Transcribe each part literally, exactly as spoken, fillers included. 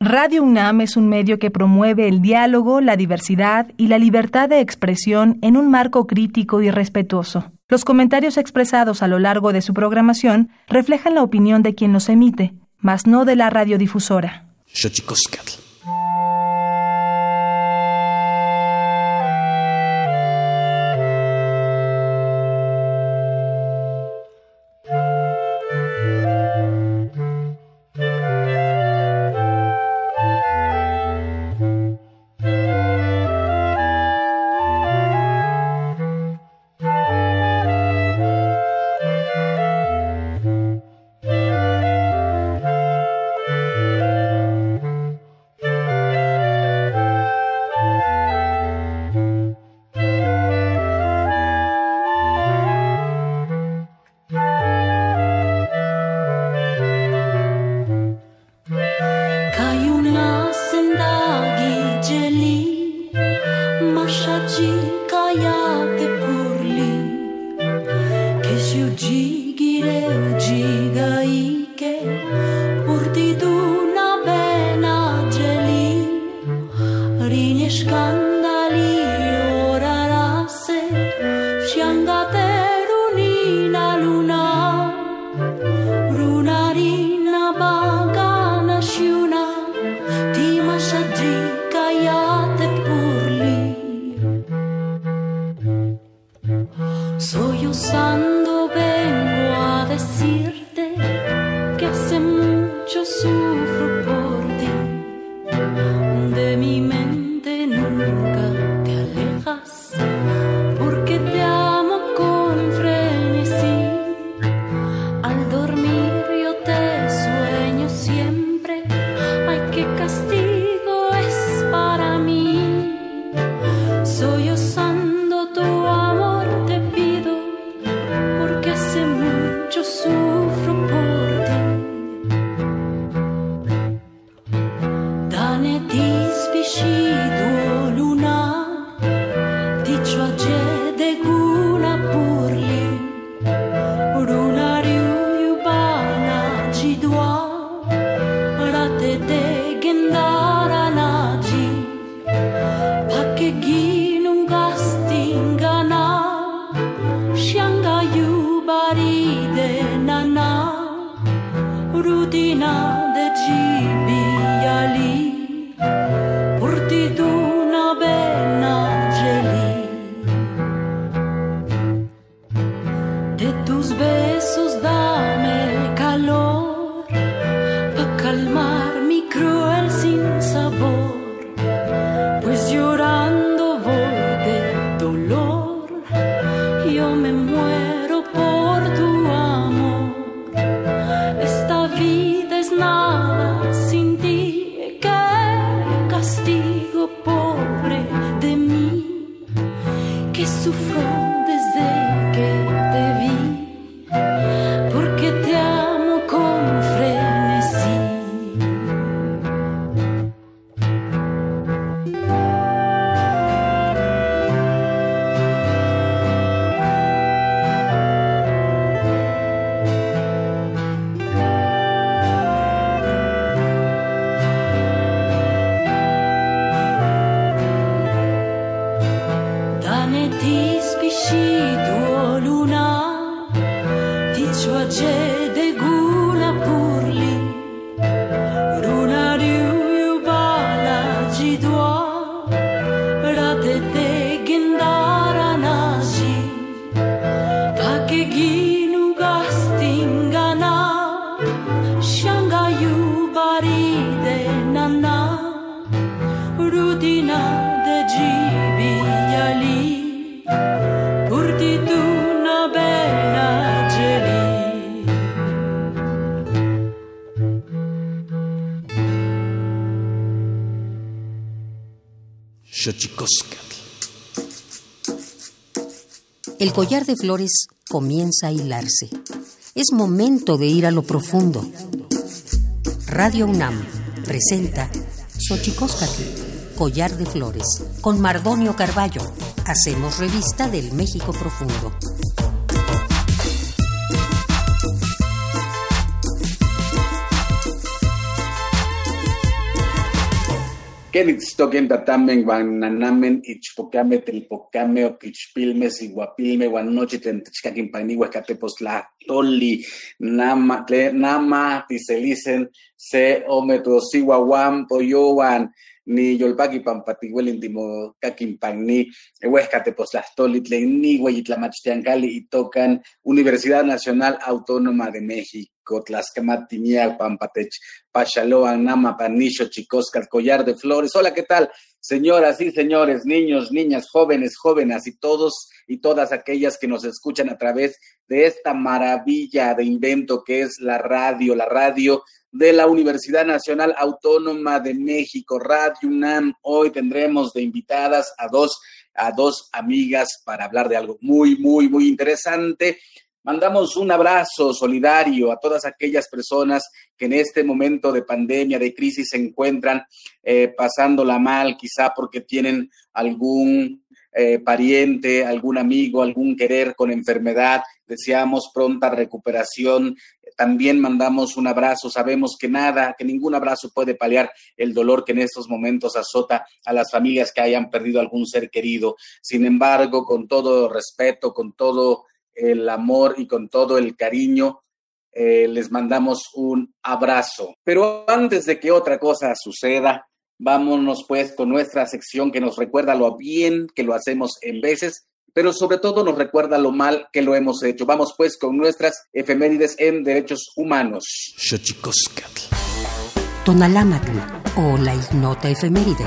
Radio UNAM es un medio que promueve el diálogo, la diversidad y la libertad de expresión en un marco crítico y respetuoso. Los comentarios expresados a lo largo de su programación reflejan la opinión de quien los emite, mas no de la radiodifusora. Xochicóscatl. El collar de flores comienza a hilarse. Es momento de ir a lo profundo. Radio UNAM presenta Xochicóscatl, collar de flores, con Mardonio Carballo. Hacemos revista del México profundo. Kenitstoken tatamen guananamen ichpocame telpocame oquichpilmes iguapilme guanochi tentechcaquimpani huescatepostla toli nama tle nama tiselicen se ometosihuahuam poyowan ni yolpaqui pampatihuelintimo caquimpani huescatepostla tlen ni hueyitlamachtiancali y tocan Universidad Nacional Autónoma de México. Tlaxcamatiniac, Pampatech, Pachaloan, Nama, Panicho, Chicoscat, Collar de Flores. Hola, ¿qué tal? Señoras y señores, niños, niñas, jóvenes, jóvenes y todos y todas aquellas que nos escuchan a través de esta maravilla de invento que es la radio, la radio de la Universidad Nacional Autónoma de México, Radio UNAM. Hoy tendremos de invitadas a dos, a dos amigas para hablar de algo muy, muy, muy interesante. Mandamos un abrazo solidario a todas aquellas personas que en este momento de pandemia, de crisis, se encuentran eh, pasándola mal, quizá porque tienen algún eh, pariente, algún amigo, algún querer con enfermedad. Deseamos pronta recuperación. También mandamos un abrazo. Sabemos que nada, que ningún abrazo puede paliar el dolor que en estos momentos azota a las familias que hayan perdido algún ser querido. Sin embargo, con todo respeto, con todo el amor y con todo el cariño, eh, les mandamos un abrazo. Pero antes de que otra cosa suceda, vámonos pues con nuestra sección que nos recuerda lo bien que lo hacemos en veces, pero sobre todo nos recuerda lo mal que lo hemos hecho. Vamos pues con nuestras efemérides en derechos humanos. Xochicóscatl. Tonalámatl o la ignota efeméride.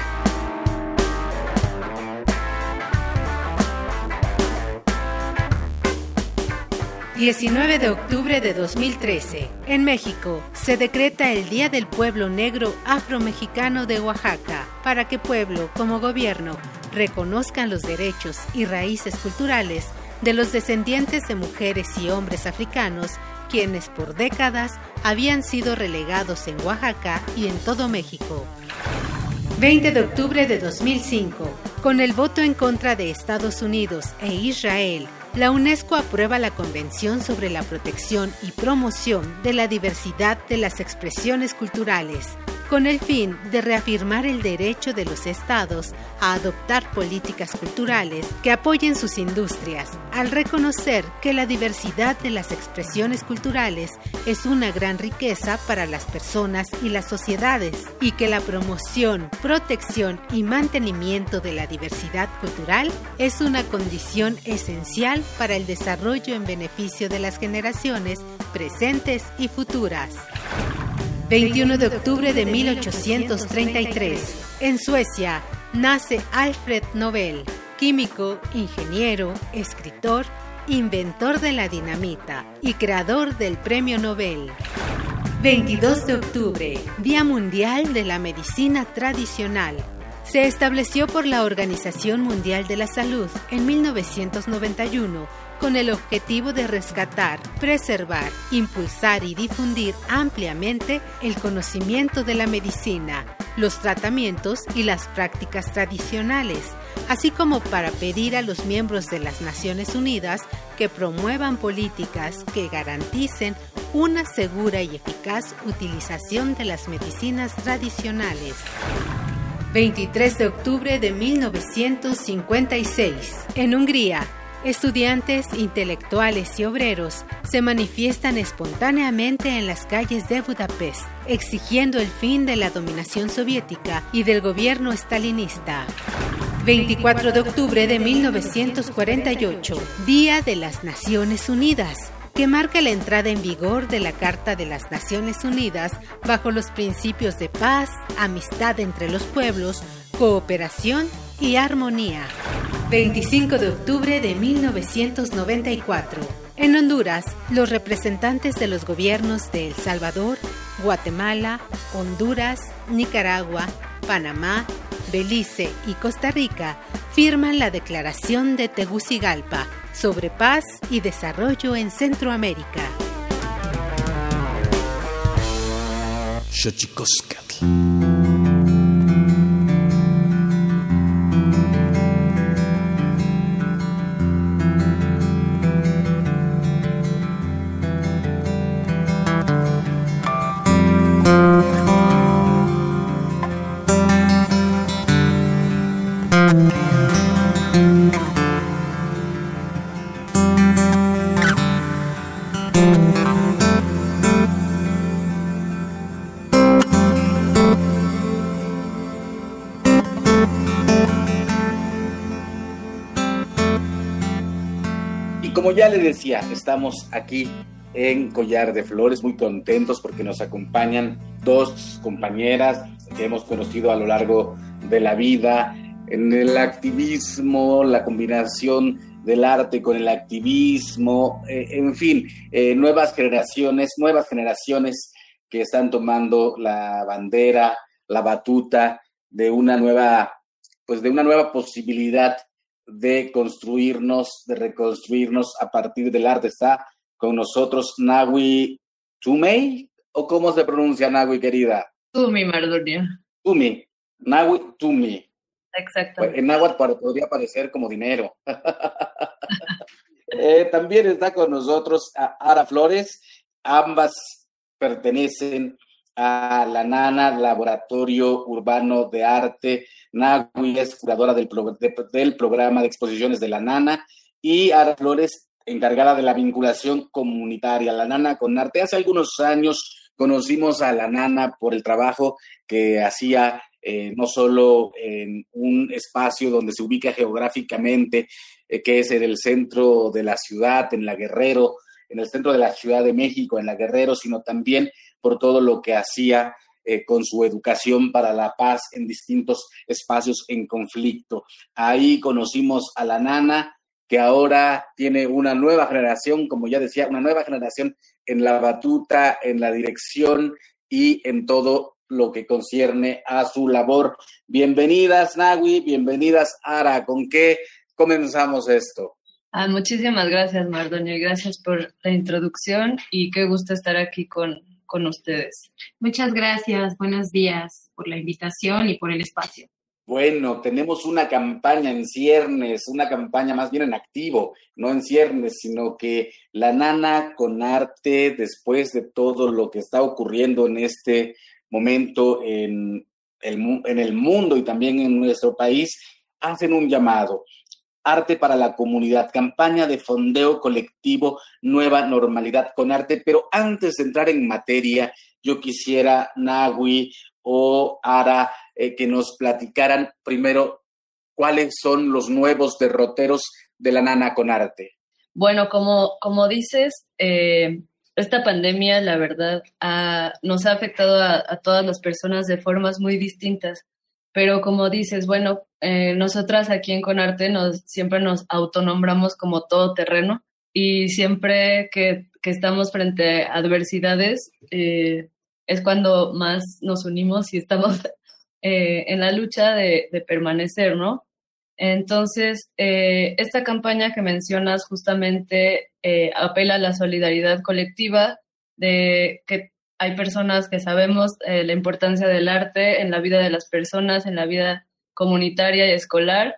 diecinueve de octubre de dos mil trece, en México, se decreta el Día del Pueblo Negro Afromexicano de Oaxaca, para que pueblo como gobierno reconozcan los derechos y raíces culturales de los descendientes de mujeres y hombres africanos, quienes por décadas habían sido relegados en Oaxaca y en todo México. veinte de octubre de dos mil cinco, con el voto en contra de Estados Unidos e Israel, la UNESCO aprueba la Convención sobre la Protección y Promoción de la Diversidad de las Expresiones Culturales, con el fin de reafirmar el derecho de los estados a adoptar políticas culturales que apoyen sus industrias, al reconocer que la diversidad de las expresiones culturales es una gran riqueza para las personas y las sociedades, y que la promoción, protección y mantenimiento de la diversidad cultural es una condición esencial para el desarrollo en beneficio de las generaciones presentes y futuras. veintiuno de octubre de mil ochocientos treinta y tres, en Suecia, nace Alfred Nobel, químico, ingeniero, escritor, inventor de la dinamita y creador del Premio Nobel. veintidós de octubre, Día Mundial de la Medicina Tradicional. Se estableció por la Organización Mundial de la Salud en mil novecientos noventa y uno con el objetivo de rescatar, preservar, impulsar y difundir ampliamente el conocimiento de la medicina, los tratamientos y las prácticas tradicionales, así como para pedir a los miembros de las Naciones Unidas que promuevan políticas que garanticen una segura y eficaz utilización de las medicinas tradicionales. veintitrés de octubre de mil novecientos cincuenta y seis. En Hungría, estudiantes, intelectuales y obreros se manifiestan espontáneamente en las calles de Budapest, exigiendo el fin de la dominación soviética y del gobierno stalinista. veinticuatro de octubre de mil novecientos cuarenta y ocho, Día de las Naciones Unidas, que marca la entrada en vigor de la Carta de las Naciones Unidas bajo los principios de paz, amistad entre los pueblos, cooperación y armonía. veinticinco de octubre de mil novecientos noventa y cuatro. En Honduras, los representantes de los gobiernos de El Salvador, Guatemala, Honduras, Nicaragua, Panamá, Belice y Costa Rica firman la Declaración de Tegucigalpa sobre paz y desarrollo en Centroamérica. Xochicóscatl. como ya le decía, estamos aquí en Collar de Flores, muy contentos porque nos acompañan dos compañeras que hemos conocido a lo largo de la vida, en el activismo, la combinación del arte con el activismo, eh, en fin, eh, nuevas generaciones, nuevas generaciones que están tomando la bandera, la batuta de una nueva, pues de una nueva posibilidad de construirnos, de reconstruirnos a partir del arte. Está con nosotros Nahui Tumey, ¿o cómo se pronuncia, Nahui, querida? Tumi, Mardonio. Tumi, Nahui Tumi. Exacto. En náhuatl podría parecer como dinero. eh, también está con nosotros Ara Flores. Ambas pertenecen a la NANA, Laboratorio Urbano de Arte. Nahui es curadora del, pro, de, del programa de exposiciones de la NANA y Ara Flores, encargada de la vinculación comunitaria. La NANA con arte. Hace algunos años conocimos a la NANA por el trabajo que hacía eh, no solo en un espacio donde se ubica geográficamente, eh, que es en el centro de la ciudad, en La Guerrero, en el centro de la Ciudad de México, en La Guerrero, sino también por todo lo que hacía eh, con su educación para la paz en distintos espacios en conflicto. Ahí conocimos a la NANA, que ahora tiene una nueva generación, como ya decía, una nueva generación en la batuta, en la dirección y en todo lo que concierne a su labor. Bienvenidas, Nahui, bienvenidas, Ara. ¿Con qué comenzamos esto? Ah, muchísimas gracias, Mardonio, y gracias por la introducción y qué gusto estar aquí con, con ustedes. Muchas gracias, buenos días por la invitación y por el espacio. Bueno, tenemos una campaña en ciernes, una campaña más bien en activo, no en ciernes, sino que la NANA con arte, después de todo lo que está ocurriendo en este momento en el, en el mundo y también en nuestro país, hacen un llamado. Arte para la comunidad, campaña de fondeo colectivo, nueva normalidad con arte. Pero antes de entrar en materia, yo quisiera, Nahui o Ara, eh, que nos platicaran primero cuáles son los nuevos derroteros de la NANA con arte. Bueno, como, como dices, eh, esta pandemia, la verdad, ha, nos ha afectado a, a todas las personas de formas muy distintas. Pero como dices, bueno, eh, nosotras aquí en Conarte nos, siempre nos autonombramos como todoterreno y siempre que, que estamos frente a adversidades eh, es cuando más nos unimos y estamos eh, en la lucha de, de permanecer, ¿no? Entonces, eh, esta campaña que mencionas justamente eh, apela a la solidaridad colectiva de que hay personas que sabemos eh, la importancia del arte en la vida de las personas, en la vida comunitaria y escolar,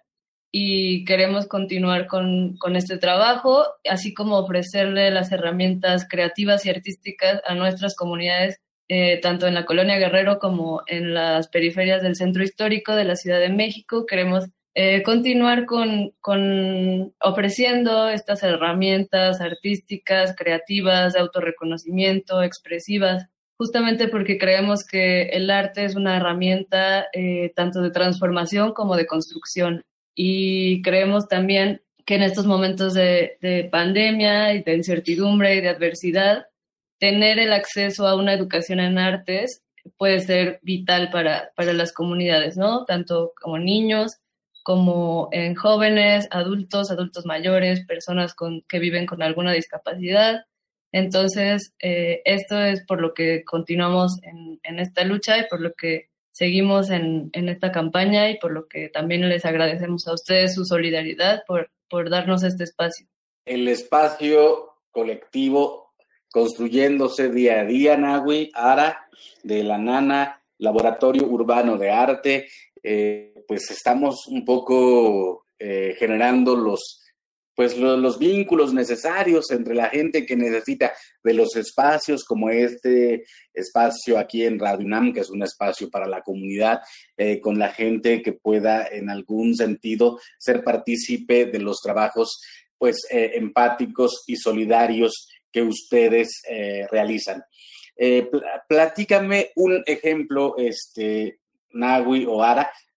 y queremos continuar con, con este trabajo, así como ofrecerle las herramientas creativas y artísticas a nuestras comunidades, eh, tanto en la Colonia Guerrero como en las periferias del centro histórico de la Ciudad de México. Queremos eh, continuar con, con ofreciendo estas herramientas artísticas, creativas, de autorreconocimiento, expresivas, justamente porque creemos que el arte es una herramienta eh, tanto de transformación como de construcción. Y creemos también que en estos momentos de, de pandemia y de incertidumbre y de adversidad, tener el acceso a una educación en artes puede ser vital para, para las comunidades, ¿no? Tanto como niños, como en jóvenes, adultos, adultos mayores, personas con, que viven con alguna discapacidad. Entonces, eh, esto es por lo que continuamos en, en esta lucha y por lo que seguimos en, en esta campaña y por lo que también les agradecemos a ustedes su solidaridad por, por darnos este espacio. El espacio colectivo construyéndose día a día, Nahui, Ara, de la NANA, Laboratorio Urbano de Arte, eh, pues estamos un poco eh, generando los pues los, los vínculos necesarios entre la gente que necesita de los espacios como este espacio aquí en Radio UNAM, que es un espacio para la comunidad, eh, con la gente que pueda en algún sentido ser partícipe de los trabajos pues eh, empáticos y solidarios que ustedes eh, realizan. Eh, pl- platícame un ejemplo, este, Nahui o Ara,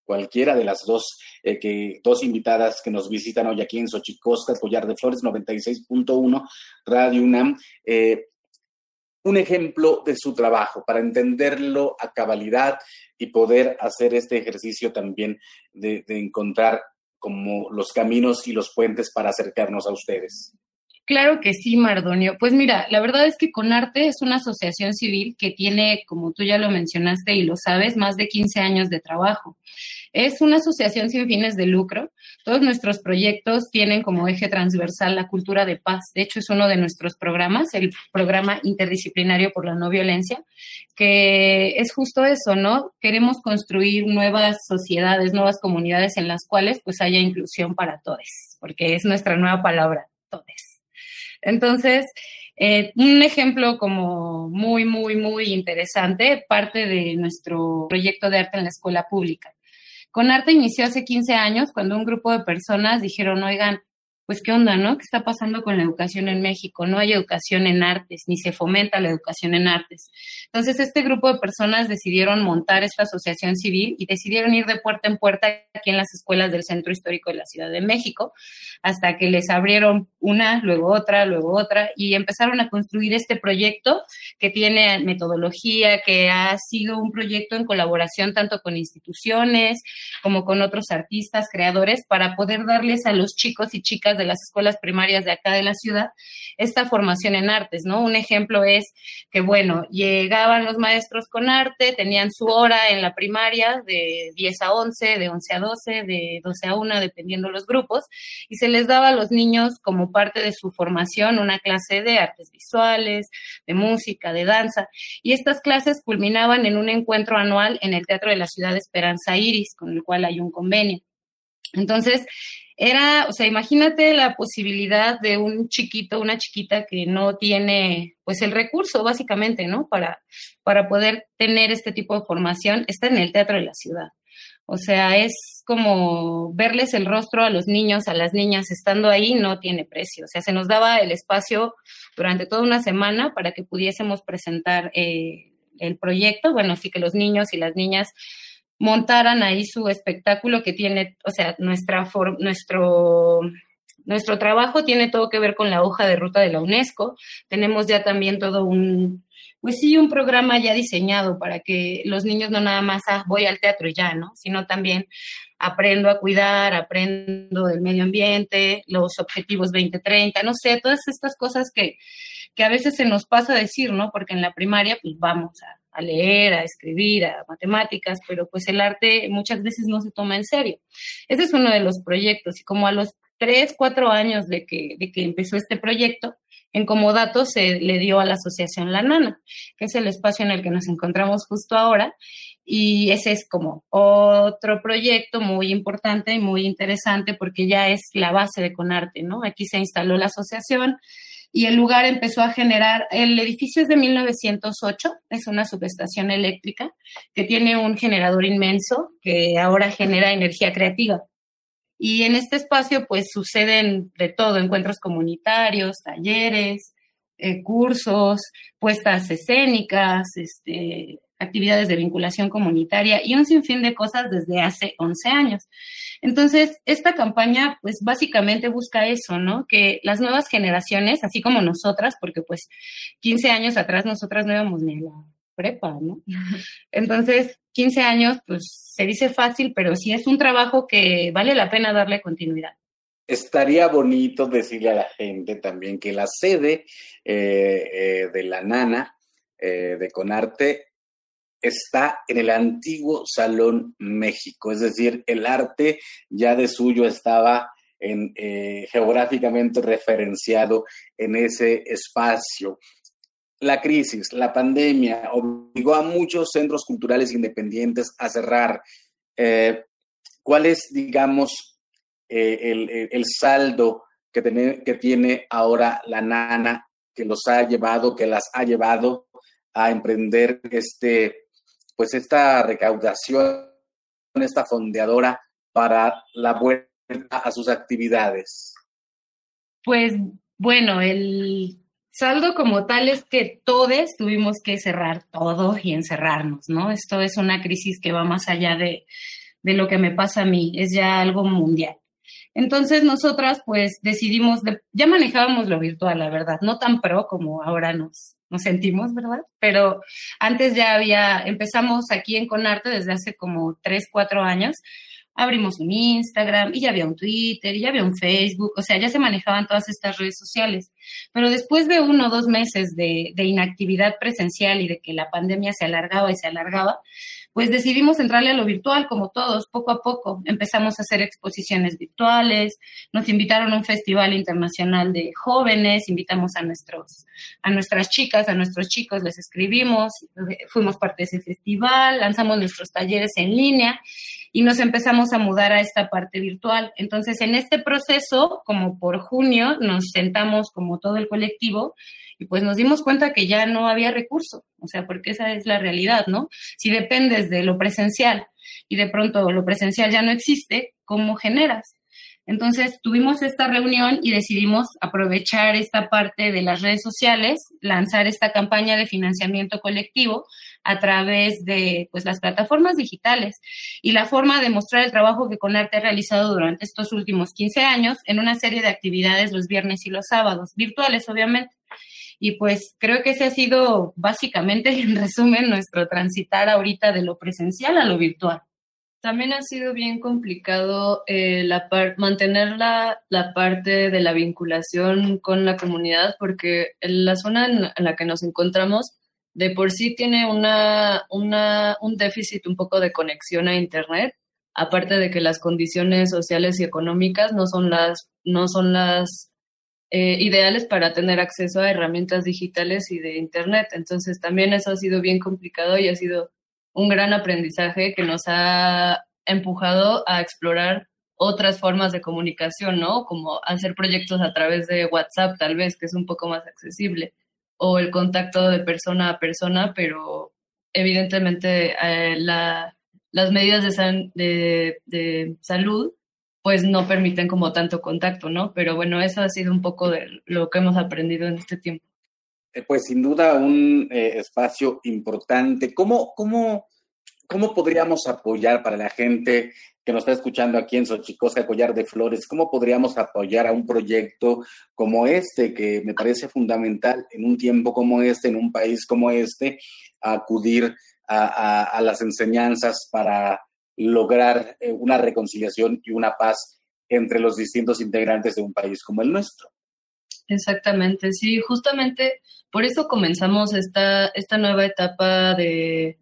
cualquiera de las dos, eh, que, dos invitadas que nos visitan hoy aquí en Xochicóscatl, Collar de Flores, noventa y seis punto uno, Radio UNAM, eh, un ejemplo de su trabajo para entenderlo a cabalidad y poder hacer este ejercicio también de, de encontrar como los caminos y los puentes para acercarnos a ustedes. Claro que sí, Mardonio. Pues mira, la verdad es que Conarte es una asociación civil que tiene, como tú ya lo mencionaste y lo sabes, más de quince años de trabajo. Es una asociación sin fines de lucro. Todos nuestros proyectos tienen como eje transversal la cultura de paz. De hecho, es uno de nuestros programas, el programa interdisciplinario por la no violencia, que es justo eso, ¿no? Queremos construir nuevas sociedades, nuevas comunidades en las cuales pues haya inclusión para todos, porque es nuestra nueva palabra, todos. Entonces, eh, un ejemplo como muy, muy, muy interesante, parte de nuestro proyecto de arte en la escuela pública. Conarte inició hace quince años cuando un grupo de personas dijeron, oigan, pues qué onda, ¿no? ¿Qué está pasando con la educación en México? No hay educación en artes, ni se fomenta la educación en artes. Entonces, este grupo de personas decidieron montar esta asociación civil y decidieron ir de puerta en puerta aquí en las escuelas del Centro Histórico de la Ciudad de México, hasta que les abrieron una, luego otra, luego otra, y empezaron a construir este proyecto que tiene metodología, que ha sido un proyecto en colaboración tanto con instituciones como con otros artistas, creadores, para poder darles a los chicos y chicas de las escuelas primarias de acá de la ciudad esta formación en artes, ¿no? Un ejemplo es que, bueno, llegaban los maestros con arte, tenían su hora en la primaria de diez a once, de once a doce, de doce a una, dependiendo los grupos, y se les daba a los niños como parte de su formación una clase de artes visuales, de música, de danza, y estas clases culminaban en un encuentro anual en el Teatro de la Ciudad de Esperanza Iris, con el cual hay un convenio. Entonces, era, o sea, imagínate la posibilidad de un chiquito, una chiquita que no tiene, pues, el recurso, básicamente, ¿no? Para, para poder tener este tipo de formación, está en el Teatro de la Ciudad. O sea, es como verles el rostro a los niños, a las niñas, estando ahí, no tiene precio. O sea, se nos daba el espacio durante toda una semana para que pudiésemos presentar eh, el proyecto. Bueno, así que los niños y las niñas montaran ahí su espectáculo que tiene, o sea, nuestra for, nuestro, nuestro trabajo tiene todo que ver con la hoja de ruta de la UNESCO. Tenemos ya también todo un, pues sí, un programa ya diseñado para que los niños no nada más, ah, voy al teatro y ya, ¿no? Sino también aprendo a cuidar, aprendo del medio ambiente, los objetivos veinte treinta, no sé, todas estas cosas que, que a veces se nos pasa a decir, ¿no? Porque en la primaria, pues vamos a a leer, a escribir, a matemáticas, pero pues el arte muchas veces no se toma en serio. Ese es uno de los proyectos, y como a los tres, cuatro años de que, de que empezó este proyecto, en Comodato se le dio a la Asociación La Nana, que es el espacio en el que nos encontramos justo ahora, y ese es como otro proyecto muy importante y muy interesante porque ya es la base de Conarte, ¿no? Aquí se instaló la asociación, y el lugar empezó a generar, el edificio es de mil novecientos ocho, es una subestación eléctrica que tiene un generador inmenso que ahora genera energía creativa. Y en este espacio pues suceden de todo, encuentros comunitarios, talleres, eh, cursos, puestas escénicas, este, actividades de vinculación comunitaria y un sinfín de cosas desde hace once años. Entonces, esta campaña, pues, básicamente busca eso, ¿no? Que las nuevas generaciones, así como nosotras, porque, pues, quince años atrás nosotras no íbamos ni a la prepa, ¿no? Entonces, quince años, pues, se dice fácil, pero sí es un trabajo que vale la pena darle continuidad. Estaría bonito decirle a la gente también que la sede eh, eh, de La Nana, eh, de Conarte, está en el antiguo Salón México, es decir, el arte ya de suyo estaba en, eh, geográficamente referenciado en ese espacio. La crisis, la pandemia, obligó a muchos centros culturales independientes a cerrar. Eh, ¿Cuál es, digamos, eh, el, el saldo que, ten, que tiene ahora La Nana, que los ha llevado, que las ha llevado a emprender este... pues esta recaudación, esta fondeadora para la vuelta a sus actividades? Pues bueno, el saldo como tal es que todos tuvimos que cerrar todo y encerrarnos, ¿no? Esto es una crisis que va más allá de, de lo que me pasa a mí, es ya algo mundial. Entonces nosotras pues decidimos, de, ya manejábamos lo virtual, la verdad, no tan pro como ahora nos, nos sentimos, ¿verdad? Pero antes ya había, empezamos aquí en Conarte desde hace como tres, cuatro años, abrimos un Instagram y ya había un Twitter y ya había un Facebook, o sea, ya se manejaban todas estas redes sociales. Pero después de uno o dos meses de, de inactividad presencial y de que la pandemia se alargaba y se alargaba, pues decidimos entrarle a lo virtual como todos, poco a poco. Empezamos a hacer exposiciones virtuales, nos invitaron a un festival internacional de jóvenes, invitamos a nuestros, a nuestras chicas, a nuestros chicos, les escribimos, fuimos parte de ese festival, lanzamos nuestros talleres en línea y nos empezamos a mudar a esta parte virtual. Entonces, en este proceso, como por junio, nos sentamos como todo el colectivo y pues nos dimos cuenta que ya no había recurso, o sea, porque esa es la realidad, ¿no? Si dependes de lo presencial y de pronto lo presencial ya no existe, ¿cómo generas? Entonces tuvimos esta reunión y decidimos aprovechar esta parte de las redes sociales, lanzar esta campaña de financiamiento colectivo a través de pues, las plataformas digitales y la forma de mostrar el trabajo que Conarte ha realizado durante estos últimos quince años en una serie de actividades los viernes y los sábados, virtuales obviamente. Y pues creo que ese ha sido básicamente, en resumen, nuestro transitar ahorita de lo presencial a lo virtual. También ha sido bien complicado eh, la par- mantener la, la parte de la vinculación con la comunidad, porque en la zona en, en la que nos encontramos de por sí tiene una, una, un déficit un poco de conexión a Internet, aparte de que las condiciones sociales y económicas no son las, no son las eh, ideales para tener acceso a herramientas digitales y de Internet. Entonces también eso ha sido bien complicado y ha sido un gran aprendizaje que nos ha empujado a explorar otras formas de comunicación, ¿no? Como hacer proyectos a través de WhatsApp, tal vez, que es un poco más accesible, o el contacto de persona a persona, pero evidentemente eh, la, las medidas de, san, de, de salud pues no permiten como tanto contacto, ¿no? Pero bueno, eso ha sido un poco de lo que hemos aprendido en este tiempo. Pues sin duda un eh, espacio importante. ¿Cómo, cómo, ¿Cómo podríamos apoyar para la gente que nos está escuchando aquí en Xochicosca, Collar de Flores? ¿Cómo podríamos apoyar a un proyecto como este, que me parece fundamental en un tiempo como este, en un país como este, a acudir a, a, a las enseñanzas para lograr eh, una reconciliación y una paz entre los distintos integrantes de un país como el nuestro? Exactamente, sí, justamente por eso comenzamos esta, esta nueva etapa de,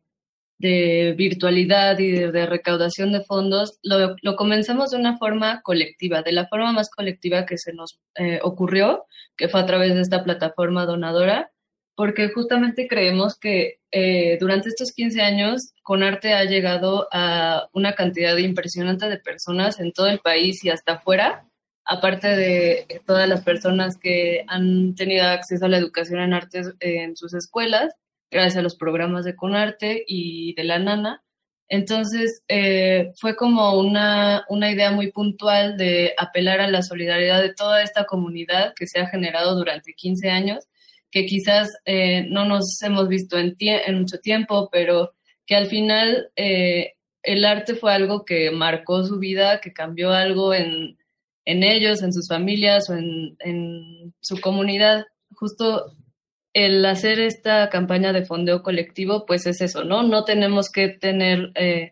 de virtualidad y de, de recaudación de fondos. Lo, lo comenzamos de una forma colectiva, de la forma más colectiva que se nos eh, ocurrió, que fue a través de esta plataforma donadora, porque justamente creemos que eh, durante estos quince años Conarte ha llegado a una cantidad impresionante de personas en todo el país y hasta afuera, aparte de todas las personas que han tenido acceso a la educación en artes en sus escuelas, gracias a los programas de Conarte y de la Nana. Entonces, eh, fue como una, una idea muy puntual de apelar a la solidaridad de toda esta comunidad que se ha generado durante quince años, que quizás eh, no nos hemos visto en, tie- en mucho tiempo, pero que al final eh, el arte fue algo que marcó su vida, que cambió algo en en ellos, en sus familias o en, en su comunidad. Justo el hacer esta campaña de fondeo colectivo, pues es eso, ¿no? No tenemos que tener eh,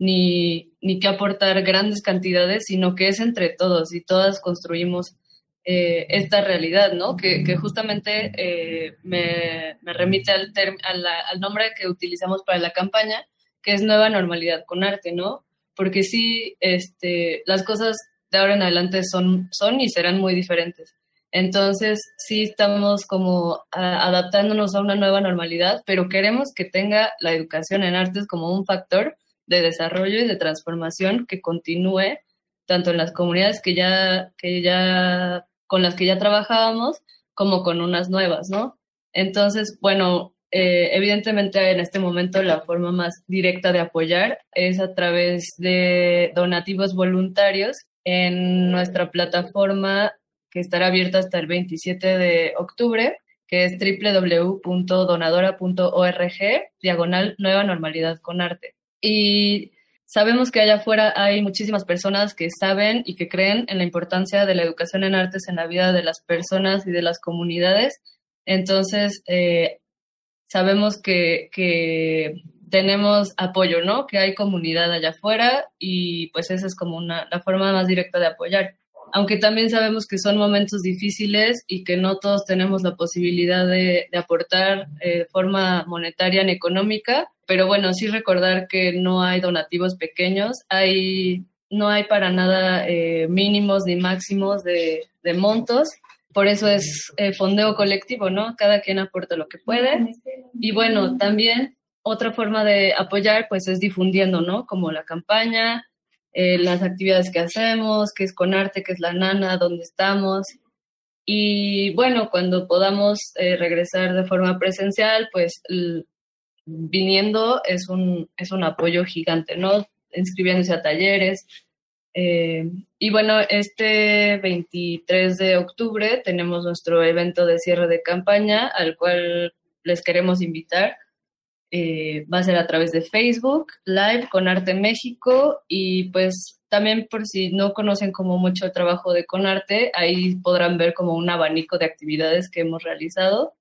ni, ni que aportar grandes cantidades, sino que es entre todos y todas construimos eh, esta realidad, ¿no? Que, que justamente eh, me, me remite al, term, a la, al nombre que utilizamos para la campaña, que es Nueva Normalidad Conarte, ¿no? Porque sí, este, las cosas de ahora en adelante son, son y serán muy diferentes. Entonces, sí estamos como a, adaptándonos a una nueva normalidad, pero queremos que tenga la educación en artes como un factor de desarrollo y de transformación que continúe tanto en las comunidades que ya, que ya, con las que ya trabajábamos, como con unas nuevas, ¿no? Entonces, bueno, eh, evidentemente en este momento la forma más directa de apoyar es a través de donativos voluntarios en nuestra plataforma que estará abierta hasta el veintisiete de octubre, que es doble u doble u doble u punto donadora punto org, diagonal Nueva Normalidad Conarte. Y sabemos que allá afuera hay muchísimas personas que saben y que creen en la importancia de la educación en artes en la vida de las personas y de las comunidades. Entonces, eh, sabemos que, que tenemos apoyo, ¿no? Que hay comunidad allá afuera y pues esa es como una, la forma más directa de apoyar. Aunque también sabemos que son momentos difíciles y que no todos tenemos la posibilidad de, de aportar eh, de forma monetaria ni económica, pero bueno, sí recordar que no hay donativos pequeños, hay, no hay para nada eh, mínimos ni máximos de, de montos, por eso es eh, fondeo colectivo, ¿no? Cada quien aporta lo que puede. Y bueno, también otra forma de apoyar pues es difundiendo, ¿no? Como la campaña, Eh, las actividades que hacemos, qué es Conarte, qué es la Nana, dónde estamos. Y bueno, cuando podamos eh, regresar de forma presencial, pues l- viniendo es un, es un apoyo gigante, ¿no? Inscribiéndose a talleres. Eh, y bueno, este veintitrés de octubre tenemos nuestro evento de cierre de campaña, al cual les queremos invitar. Eh, va a ser a través de Facebook Live Conarte México, y pues también por si no conocen como mucho el trabajo de Conarte, ahí podrán ver como un abanico de actividades que hemos realizado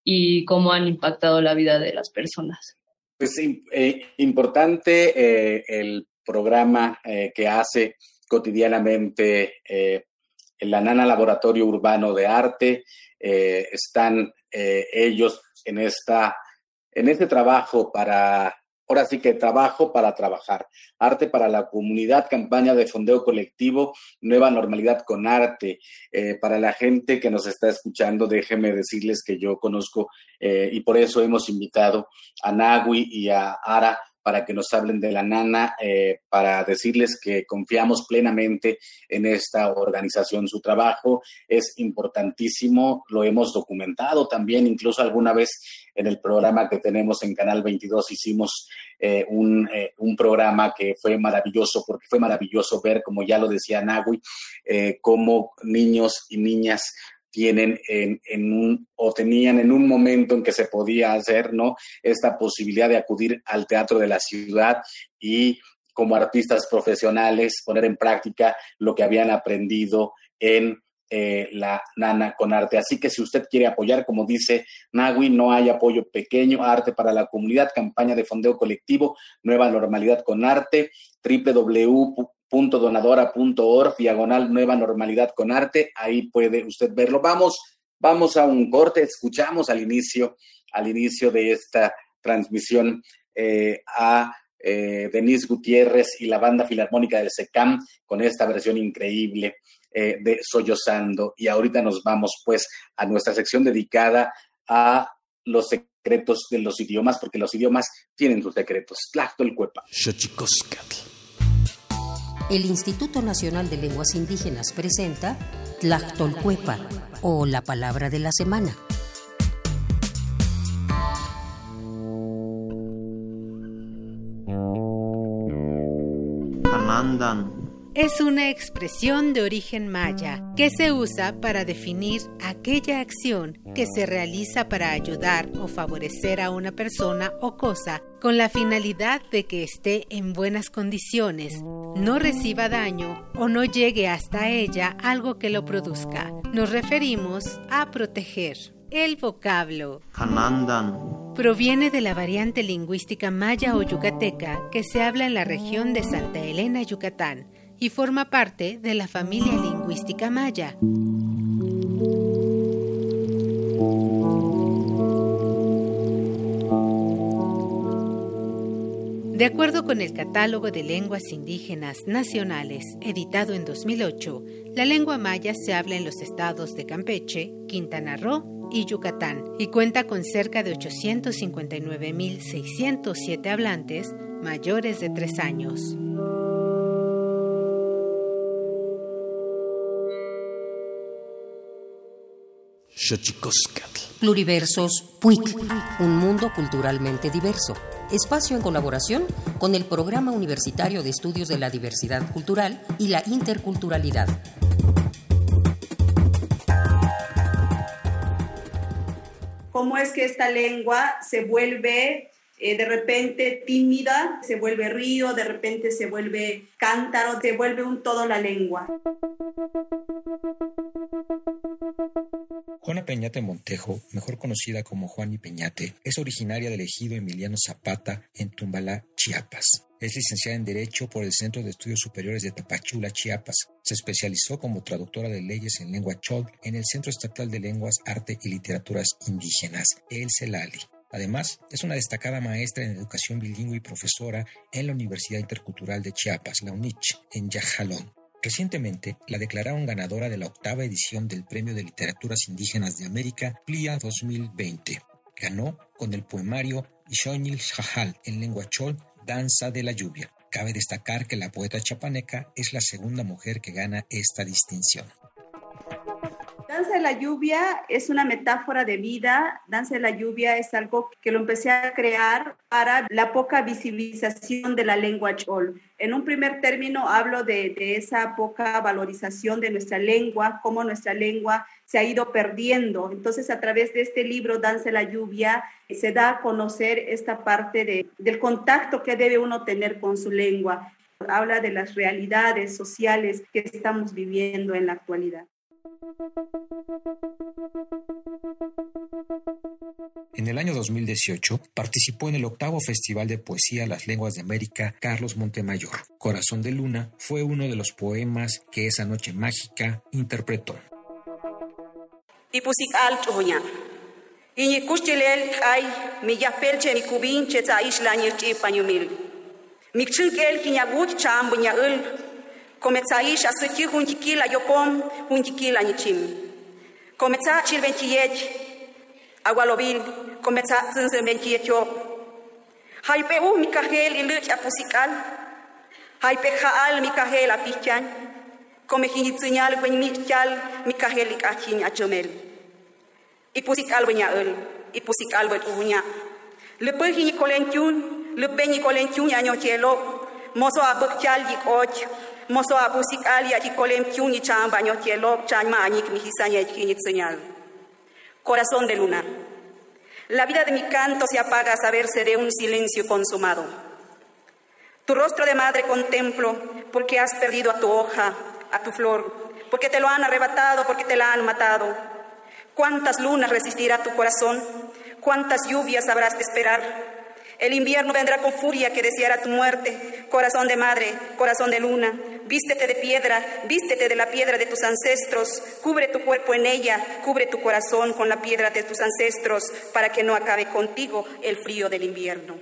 y cómo han impactado la vida de las personas. Pues eh, importante eh, el programa eh, que hace cotidianamente eh, la Nana Laboratorio Urbano de Arte. Eh, están eh, ellos en esta en este trabajo para, ahora sí que trabajo para trabajar, arte para la comunidad, campaña de fondeo colectivo, nueva normalidad con arte. Eh, para la gente que nos está escuchando, déjenme decirles que yo conozco eh, y por eso hemos invitado a Nahue y a Ara para que nos hablen de la Nana, eh, para decirles que confiamos plenamente en esta organización. Su trabajo es importantísimo, lo hemos documentado también, incluso alguna vez en el programa que tenemos en Canal veintidós hicimos eh, un, eh, un programa que fue maravilloso, porque fue maravilloso ver, como ya lo decía Nahue, eh, cómo niños y niñas tienen en, en un, o tenían en un momento en que se podía hacer, ¿no?, esta posibilidad de acudir al teatro de la ciudad y como artistas profesionales poner en práctica lo que habían aprendido en eh, la Nana con Arte. Así que si usted quiere apoyar, como dice Nahue, no hay apoyo pequeño, arte para la comunidad, campaña de fondeo colectivo, nueva normalidad con arte, doble u doble u doble u punto donadora punto org, diagonal nueva normalidad con arte, ahí puede usted verlo. Vamos, vamos a un corte, escuchamos al inicio, al inicio de esta transmisión eh, a eh, Denise Gutiérrez y la Banda Filarmónica del SECAM con esta versión increíble eh, de Sollozando. Y ahorita nos vamos pues a nuestra sección dedicada a los secretos de los idiomas, porque los idiomas tienen sus secretos. Tlachtolcuepa. Xochicóscatl. El Instituto Nacional de Lenguas Indígenas presenta Tlachtolcuepa, o la palabra de la semana. Anandan. Es una expresión de origen maya que se usa para definir aquella acción que se realiza para ayudar o favorecer a una persona o cosa con la finalidad de que esté en buenas condiciones, no reciba daño o no llegue hasta ella algo que lo produzca. Nos referimos a proteger. El vocablo Anandan proviene de la variante lingüística maya o yucateca que se habla en la región de Santa Elena, Yucatán, y forma parte de la familia lingüística maya. De acuerdo con el Catálogo de Lenguas Indígenas Nacionales, editado en dos mil ocho, la lengua maya se habla en los estados de Campeche, Quintana Roo y Yucatán, y cuenta con cerca de ochocientos cincuenta y nueve mil seiscientos siete hablantes mayores de tres años. Xochicóscatl. Pluriversos Puic, un mundo culturalmente diverso. Espacio en colaboración con el Programa Universitario de Estudios de la Diversidad Cultural y la Interculturalidad. Cómo es que esta lengua se vuelve Eh, de repente tímida, se vuelve río, de repente se vuelve cántaro, se vuelve un todo la lengua. Juana Peñate Montejo, mejor conocida como Juani Peñate, es originaria del ejido Emiliano Zapata en Tumbalá, Chiapas. Es licenciada en Derecho por el Centro de Estudios Superiores de Tapachula, Chiapas. Se especializó como traductora de leyes en lengua chol en el Centro Estatal de Lenguas, Arte y Literaturas Indígenas, el CELALI. Además, es una destacada maestra en educación bilingüe y profesora en la Universidad Intercultural de Chiapas, la UNICH, en Yajalón. Recientemente, la declararon ganadora de la octava edición del Premio de Literaturas Indígenas de América, P L I A dos mil veinte. Ganó con el poemario Ixoñil Xajal, en lengua chol, Danza de la Lluvia. Cabe destacar que la poeta chapaneca es la segunda mujer que gana esta distinción. Danza de la Lluvia es una metáfora de vida. Danza de la Lluvia es algo que lo empecé a crear para la poca visibilización de la lengua chol. En un primer término hablo de, de esa poca valorización de nuestra lengua, cómo nuestra lengua se ha ido perdiendo. Entonces, a través de este libro, Danza de la Lluvia, se da a conocer esta parte de, del contacto que debe uno tener con su lengua. Habla de las realidades sociales que estamos viviendo en la actualidad. En el año dos mil dieciocho participó en el octavo Festival de Poesía Las Lenguas de América Carlos Montemayor. Corazón de Luna fue uno de los poemas que esa noche mágica interpretó. Ipusik altuña. Iñi kuchilel ay mi yapelche mi kubin cheta islani chipañumil. Mikchilkel kiñagut chambuña ul. Comezaish asuki huntikila yopom huntikila nichim. Comeza chilventiet agualobil comeza zinzementiet yo. Haipe u mikahel ilut apusikal. Haipe haal mikahel apichan. Come hinitziñal gwen michal mikahel ikachin achomel. Ipusikal wenya ul, ipusikal wet uña. Le pe hinikolentiun, le pe nikolentiun anyotielo, mozo abukchal yikoch. Mozo apusikal ya kikolem kiuni chamba nyotielo chama anik mihisanya kinitseñal. Corazón de luna. La vida de mi canto se apaga a saberse de un silencio consumado. Tu rostro de madre contemplo porque has perdido a tu hoja, a tu flor, porque te lo han arrebatado, porque te la han matado. ¿Cuántas lunas resistirá tu corazón? ¿Cuántas lluvias habrás de esperar? El invierno vendrá con furia que deseará tu muerte. Corazón de madre, corazón de luna, vístete de piedra, vístete de la piedra de tus ancestros, cubre tu cuerpo en ella, cubre tu corazón con la piedra de tus ancestros, para que no acabe contigo el frío del invierno.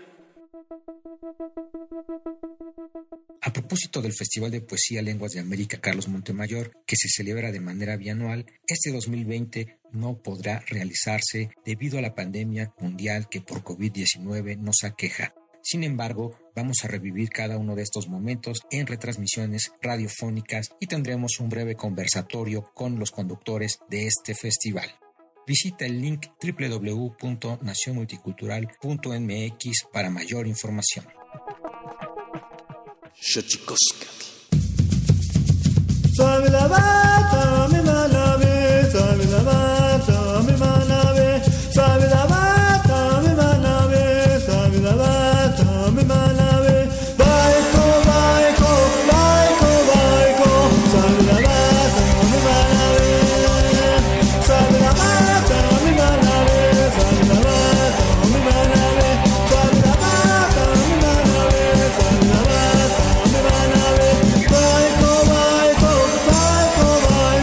A propósito del Festival de Poesía Lenguas de América Carlos Montemayor, que se celebra de manera bianual, este dos mil veinte no podrá realizarse debido a la pandemia mundial que por covid diecinueve nos aqueja. Sin embargo, vamos a revivir cada uno de estos momentos en retransmisiones radiofónicas y tendremos un breve conversatorio con los conductores de este festival. Visita el link doble u doble u doble u punto nación multicultural punto m x para mayor información. Sabe la bata, mi malave, sabe la bata, mi malave, sabe la bata, mi malave, sabe la bata, mi malave, baiko, baiko, baiko, baiko, sabe la bata, mi malave, sabe la bata, mi malave, sabe la bata, mi malave, sabe la bata, mi malave, sabe la bata, mi malave, baiko, baiko, baiko, baiko.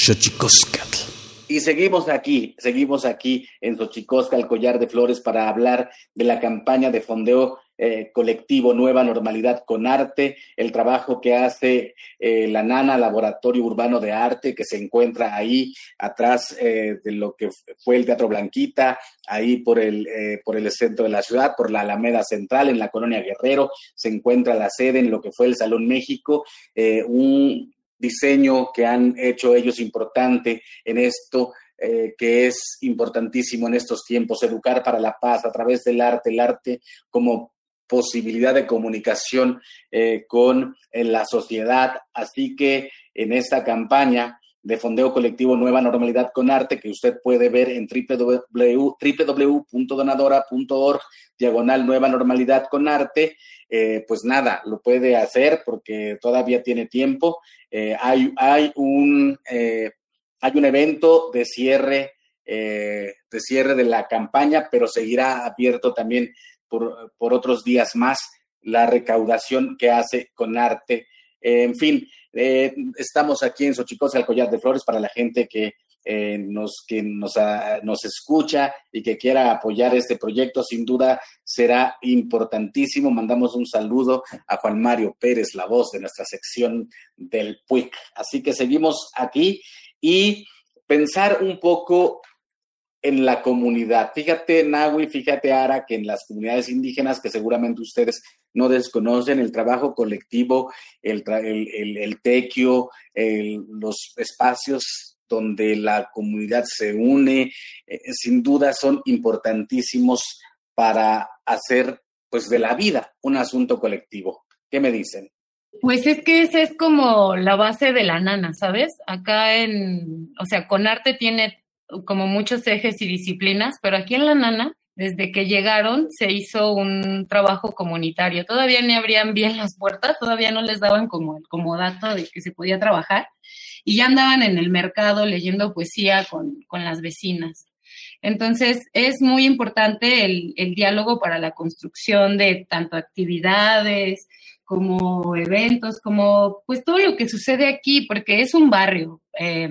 Xochicóscatl. Y seguimos aquí, seguimos aquí en Xochicóscatl, el Collar de Flores, para hablar de la campaña de fondeo eh, colectivo Nueva Normalidad con Arte, el trabajo que hace eh, la Nana, Laboratorio Urbano de Arte, que se encuentra ahí atrás eh, de lo que fue el Teatro Blanquita, ahí por el, eh, por el centro de la ciudad, por la Alameda Central, en la Colonia Guerrero, se encuentra la sede en lo que fue el Salón México, eh, un diseño que han hecho ellos importante en esto, eh, que es importantísimo en estos tiempos, educar para la paz a través del arte, el arte como posibilidad de comunicación eh, con eh, la sociedad. Así que en esta campaña de fondeo colectivo Nueva Normalidad con Arte, que usted puede ver en www punto donadora punto org, diagonal Nueva Normalidad con Arte, eh, pues nada, lo puede hacer porque todavía tiene tiempo. Eh, hay, hay, un, eh, hay un evento de cierre, eh, de cierre de la campaña, pero seguirá abierto también por, por otros días más la recaudación que hace con arte. Eh, en fin, eh, estamos aquí en Xochicóscatl, el Collar de Flores, para la gente que eh, nos, que nos, uh, nos escucha y que quiera apoyar este proyecto. Sin duda será importantísimo. Mandamos un saludo a Juan Mario Pérez, la voz de nuestra sección del P U I C. Así que seguimos aquí y pensar un poco en la comunidad. Fíjate, Nahui, fíjate, Ara, que en las comunidades indígenas, que seguramente ustedes no desconocen, el trabajo colectivo, el, el, el, el tequio, el, los espacios donde la comunidad se une, eh, sin duda son importantísimos para hacer, pues, de la vida un asunto colectivo. ¿Qué me dicen? Pues es que esa es como la base de la Nana, ¿sabes? Acá en, o sea, con arte tiene como muchos ejes y disciplinas, pero aquí en la Nana, desde que llegaron, se hizo un trabajo comunitario. Todavía ni abrían bien las puertas, todavía no les daban como el comodato de que se podía trabajar, y ya andaban en el mercado leyendo poesía con, con las vecinas. Entonces, es muy importante el, el diálogo para la construcción de tanto actividades como eventos, como pues todo lo que sucede aquí, porque es un barrio, eh,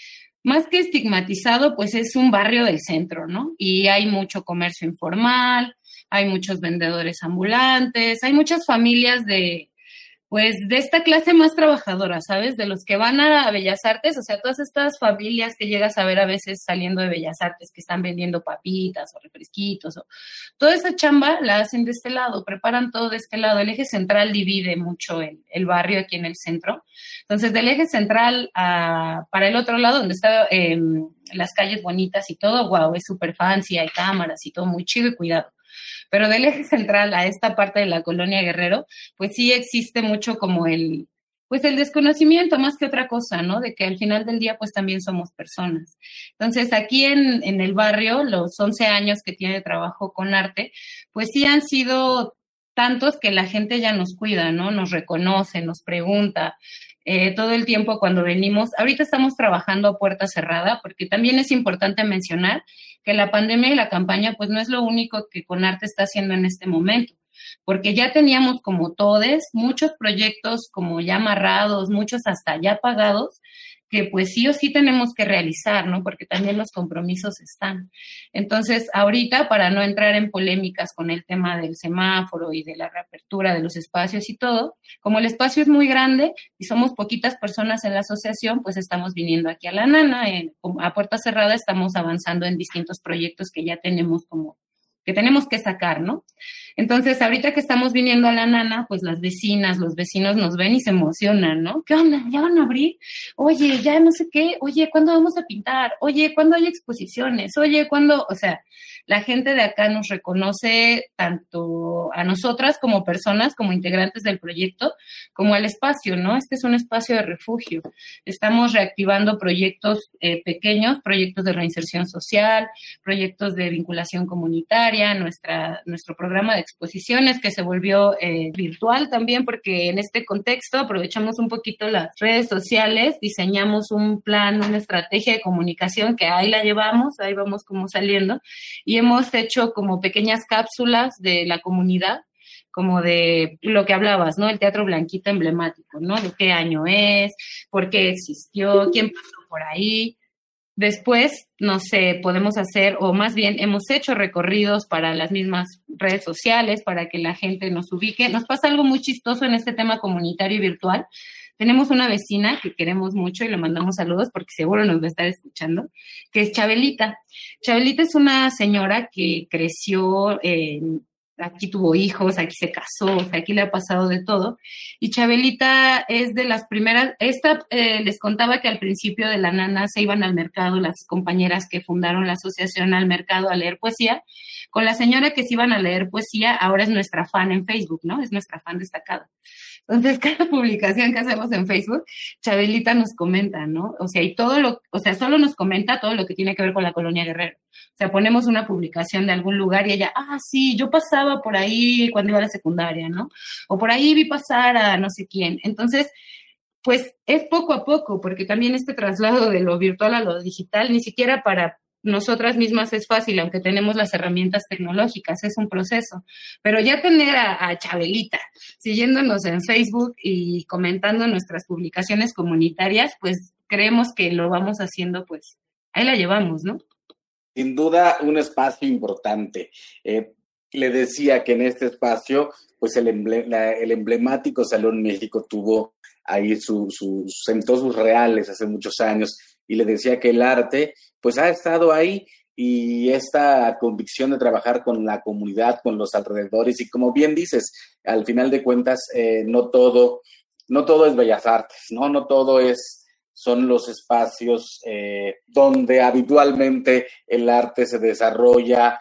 más que estigmatizado, pues es un barrio del centro, ¿no? Y hay mucho comercio informal, hay muchos vendedores ambulantes, hay muchas familias de, pues, de esta clase más trabajadora, ¿sabes? De los que van a Bellas Artes, o sea, todas estas familias que llegas a ver a veces saliendo de Bellas Artes, que están vendiendo papitas o refresquitos, o toda esa chamba la hacen de este lado, preparan todo de este lado. El eje central divide mucho el, el barrio aquí en el centro. Entonces, del eje central a, para el otro lado, donde están eh, las calles bonitas y todo, wow, es súper fancy, hay cámaras y todo muy chido y cuidado. Pero del eje central a esta parte de la Colonia Guerrero, pues sí existe mucho como el, pues el desconocimiento más que otra cosa, ¿no? De que al final del día, pues también somos personas. Entonces, aquí en, en el barrio, los once años que tiene trabajo con arte, pues sí han sido tantos que la gente ya nos cuida, ¿no? Nos reconoce, nos pregunta. Eh, todo el tiempo cuando venimos, ahorita estamos trabajando a puerta cerrada, porque también es importante mencionar que la pandemia y la campaña pues no es lo único que Conarte está haciendo en este momento, porque ya teníamos como todes muchos proyectos como ya amarrados, muchos hasta ya pagados, que pues sí o sí tenemos que realizar, ¿no? Porque también los compromisos están. Entonces, ahorita, para no entrar en polémicas con el tema del semáforo y de la reapertura de los espacios y todo, como el espacio es muy grande y somos poquitas personas en la asociación, pues estamos viniendo aquí a la Nana, en, a puerta cerrada estamos avanzando en distintos proyectos que ya tenemos como, que tenemos que sacar, ¿no? Entonces, ahorita que estamos viniendo a la Nana, pues las vecinas, los vecinos nos ven y se emocionan, ¿no? ¿Qué onda? ¿Ya van a abrir? Oye, ya no sé qué. Oye, ¿cuándo vamos a pintar? Oye, ¿cuándo hay exposiciones? Oye, ¿cuándo? O sea, la gente de acá nos reconoce tanto a nosotras como personas, como integrantes del proyecto, como al espacio, ¿no? Este es un espacio de refugio. Estamos reactivando proyectos eh, pequeños, proyectos de reinserción social, proyectos de vinculación comunitaria, nuestra, nuestro programa de exposiciones que se volvió eh, virtual también, porque en este contexto aprovechamos un poquito las redes sociales, diseñamos un plan, una estrategia de comunicación que ahí la llevamos, ahí vamos como saliendo, y hemos hecho como pequeñas cápsulas de la comunidad, como de lo que hablabas, ¿no? El Teatro Blanquita emblemático, ¿no? De qué año es, por qué existió, quién pasó por ahí. Después, no sé, podemos hacer, o más bien hemos hecho recorridos para las mismas redes sociales, para que la gente nos ubique. Nos pasa algo muy chistoso en este tema comunitario y virtual. Tenemos una vecina que queremos mucho y le mandamos saludos porque seguro nos va a estar escuchando, que es Chabelita. Chabelita es una señora que creció en... Aquí tuvo hijos, aquí se casó, o sea, aquí le ha pasado de todo. Y Chabelita es de las primeras, esta eh, les contaba que al principio de la nana se iban al mercado, las compañeras que fundaron la asociación al mercado a leer poesía. Con la señora que se iban a leer poesía, ahora es nuestra fan en Facebook, ¿no? Es nuestra fan destacada. Entonces, cada publicación que hacemos en Facebook, Chabelita nos comenta, ¿no? O sea, y todo lo, o sea, solo nos comenta todo lo que tiene que ver con la Colonia Guerrero. O sea, ponemos una publicación de algún lugar y ella, ah, sí, yo pasaba por ahí cuando iba a la secundaria, ¿no? O por ahí vi pasar a no sé quién. Entonces, pues es poco a poco, porque también este traslado de lo virtual a lo digital, ni siquiera para nosotras mismas es fácil, aunque tenemos las herramientas tecnológicas, es un proceso. Pero ya tener a, a Chabelita siguiéndonos en Facebook y comentando nuestras publicaciones comunitarias, pues creemos que lo vamos haciendo, pues ahí la llevamos, ¿no? Sin duda, un espacio importante. Eh, le decía que en este espacio, pues el, emble- la, el emblemático Salón México tuvo ahí su, su, sentó sus reales hace muchos años, y le decía que el arte pues ha estado ahí, y esta convicción de trabajar con la comunidad, con los alrededores, y como bien dices, al final de cuentas eh, no todo, no todo es bellas artes, no, no todo es, son los espacios eh, donde habitualmente el arte se desarrolla,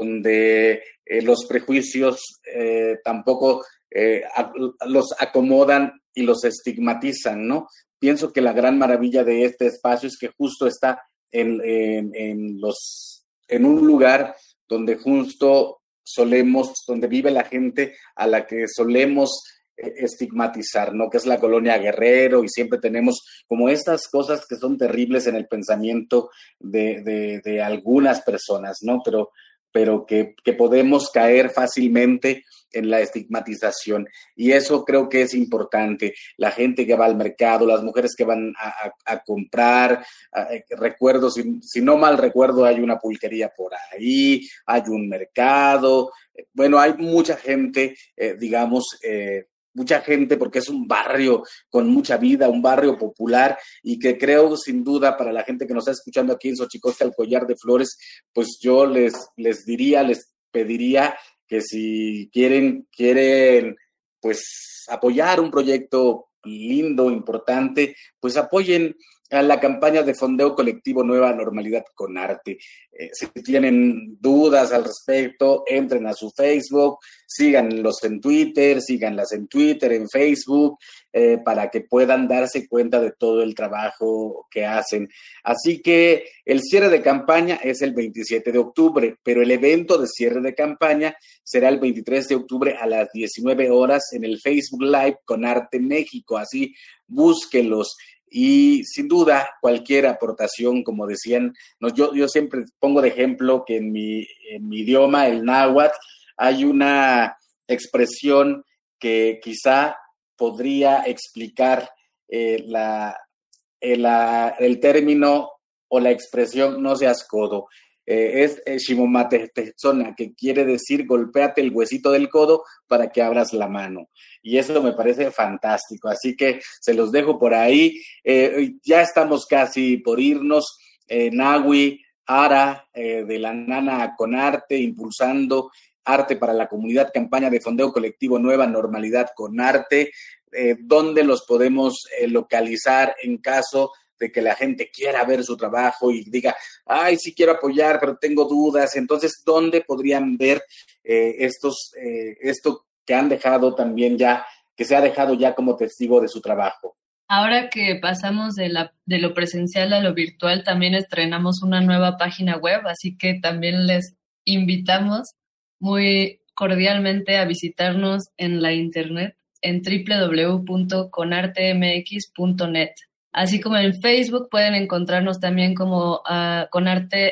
donde eh, los prejuicios eh, tampoco eh, a, los acomodan y los estigmatizan, ¿no? Pienso que la gran maravilla de este espacio es que justo está en, en, en, los, en un lugar donde justo solemos, donde vive la gente a la que solemos eh, estigmatizar, ¿no? Que es la Colonia Guerrero, y siempre tenemos como estas cosas que son terribles en el pensamiento de, de, de algunas personas, ¿no? Pero, pero que, que podemos caer fácilmente en la estigmatización, y eso creo que es importante. La gente que va al mercado, las mujeres que van a, a, a comprar, a, recuerdo, si, si no mal recuerdo, hay una pulquería por ahí, hay un mercado, bueno, hay mucha gente, eh, digamos, eh, mucha gente, porque es un barrio con mucha vida, un barrio popular, y que creo sin duda para la gente que nos está escuchando aquí en Xochicosca, el Collar de Flores, pues yo les, les diría, les pediría que si quieren, quieren pues apoyar un proyecto lindo, importante, pues apoyen a la campaña de fondeo colectivo Nueva Normalidad con Arte. Eh, si tienen dudas al respecto, entren a su Facebook, síganlos en Twitter, síganlas en Twitter, en Facebook, eh, para que puedan darse cuenta de todo el trabajo que hacen. Así que el cierre de campaña es el veintisiete de octubre, pero el evento de cierre de campaña será el veintitrés de octubre a las diecinueve horas en el Facebook Live con Arte México. Así búsquenlos. Y sin duda, cualquier aportación, como decían, no, yo, yo siempre pongo de ejemplo que en mi, en mi idioma, el náhuatl, hay una expresión que quizá podría explicar eh, la, eh, la, el término o la expresión no seas codo. Eh, es eh, shimomatezona, que quiere decir golpéate el huesito del codo para que abras la mano. Y eso me parece fantástico. Así que se los dejo por ahí. Eh, ya estamos casi por irnos. Eh, Nahui, Ara, eh, de la Nana con Arte, impulsando arte para la comunidad, campaña de fondeo colectivo Nueva Normalidad con Arte. Eh, ¿Dónde los podemos eh, localizar en caso de que la gente quiera ver su trabajo y diga, ay, sí quiero apoyar, pero tengo dudas? Entonces, ¿dónde podrían ver eh, estos, eh, esto que han dejado también ya, que se ha dejado ya como testigo de su trabajo? Ahora que pasamos de, la, de lo presencial a lo virtual, también estrenamos una nueva página web, así que también les invitamos muy cordialmente a visitarnos en la internet en doble u doble u doble u punto conarte eme equis punto net. Así como en Facebook pueden encontrarnos también como uh, Conarte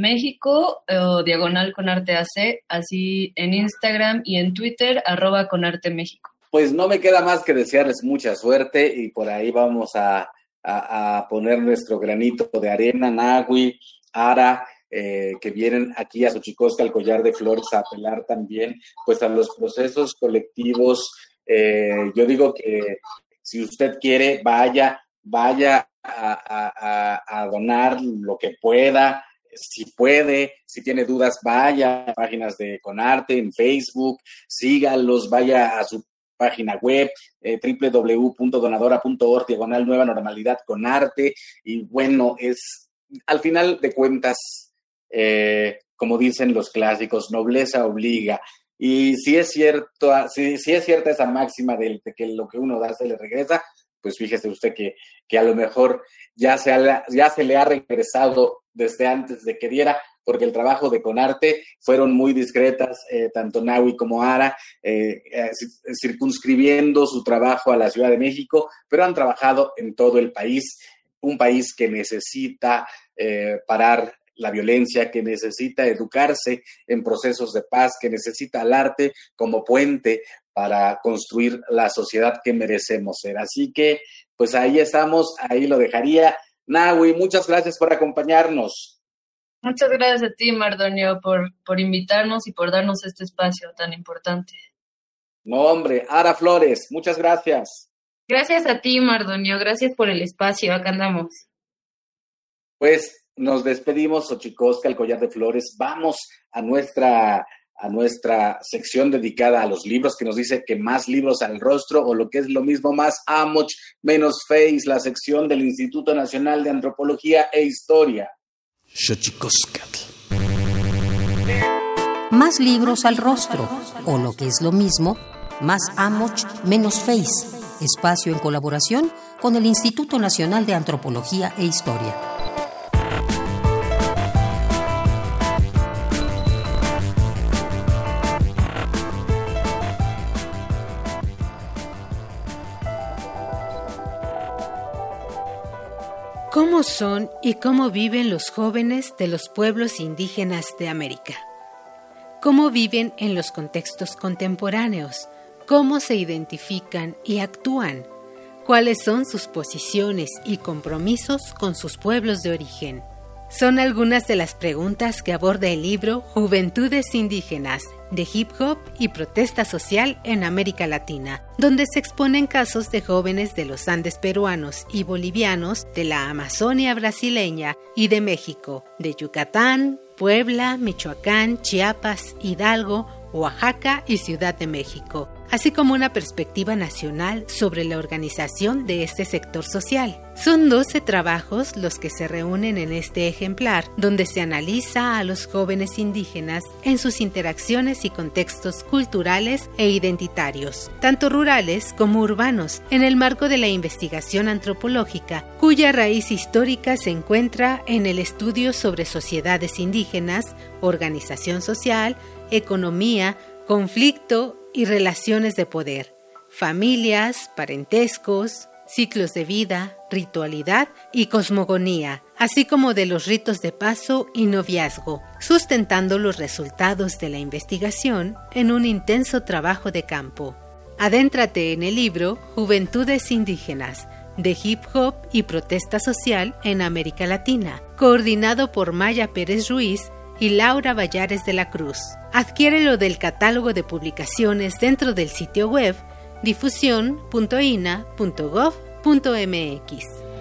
México o diagonal Conarte A C, así en Instagram y en Twitter, arroba Conarte México. Pues no me queda más que desearles mucha suerte, y por ahí vamos a, a, a poner nuestro granito de arena, Nahui, Ara, eh, que vienen aquí a Xochicosca, al Collar de Flores, a apelar también pues a los procesos colectivos. Eh, yo digo que si usted quiere, vaya, vaya a, a, a donar lo que pueda, si puede, si tiene dudas, vaya a páginas de Conarte en Facebook, sígalos, vaya a su página web, eh, doble u doble u doble u punto donadora punto org, diagonal Nueva Normalidad Conarte, y bueno, es, al final de cuentas, eh, como dicen los clásicos, nobleza obliga. Y si es cierto, si, si es cierta esa máxima de, de que lo que uno da se le regresa, pues fíjese usted que, que a lo mejor ya se, ha, ya se le ha regresado desde antes de que diera, porque el trabajo de Conarte fueron muy discretas, eh, tanto Nahui como Ara, eh, eh, circunscribiendo su trabajo a la Ciudad de México, pero han trabajado en todo el país, un país que necesita eh, parar la violencia, que necesita educarse en procesos de paz, que necesita al arte como puente para construir la sociedad que merecemos ser. Así que, pues ahí estamos, ahí lo dejaría. Nahui, muchas gracias por acompañarnos. Muchas gracias a ti, Mardonio, por, por invitarnos y por darnos este espacio tan importante. No, hombre, Ara Flores, muchas gracias. Gracias a ti, Mardonio, gracias por el espacio, acá andamos. Pues nos despedimos, Xochicosca, el Collar de Flores. Vamos a nuestra, a nuestra sección dedicada a los libros, que nos dice que más libros al rostro, o lo que es lo mismo, más Amoch, menos Face, la sección del Instituto Nacional de Antropología e Historia. Xochicosca. Más libros al rostro, o lo que es lo mismo, más Amoch, menos Face. Espacio en colaboración con el Instituto Nacional de Antropología e Historia. ¿Cómo son y cómo viven los jóvenes de los pueblos indígenas de América? ¿Cómo viven en los contextos contemporáneos? ¿Cómo se identifican y actúan? ¿Cuáles son sus posiciones y compromisos con sus pueblos de origen? Son algunas de las preguntas que aborda el libro Juventudes Indígenas, de Hip Hop y Protesta Social en América Latina, donde se exponen casos de jóvenes de los Andes peruanos y bolivianos, de la Amazonia brasileña y de México, de Yucatán, Puebla, Michoacán, Chiapas, Hidalgo, Oaxaca y Ciudad de México, así como una perspectiva nacional sobre la organización de este sector social. Son doce trabajos los que se reúnen en este ejemplar, donde se analiza a los jóvenes indígenas en sus interacciones y contextos culturales e identitarios, tanto rurales como urbanos, en el marco de la investigación antropológica, cuya raíz histórica se encuentra en el estudio sobre sociedades indígenas, organización social, economía, conflicto y relaciones de poder, familias, parentescos, ciclos de vida, ritualidad y cosmogonía, así como de los ritos de paso y noviazgo, sustentando los resultados de la investigación en un intenso trabajo de campo. Adéntrate en el libro Juventudes Indígenas, de Hip Hop y Protesta Social en América Latina, coordinado por Maya Pérez Ruiz y Laura Vallares de la Cruz. Adquiérelo del catálogo de publicaciones dentro del sitio web difusión punto ina punto gob punto mx.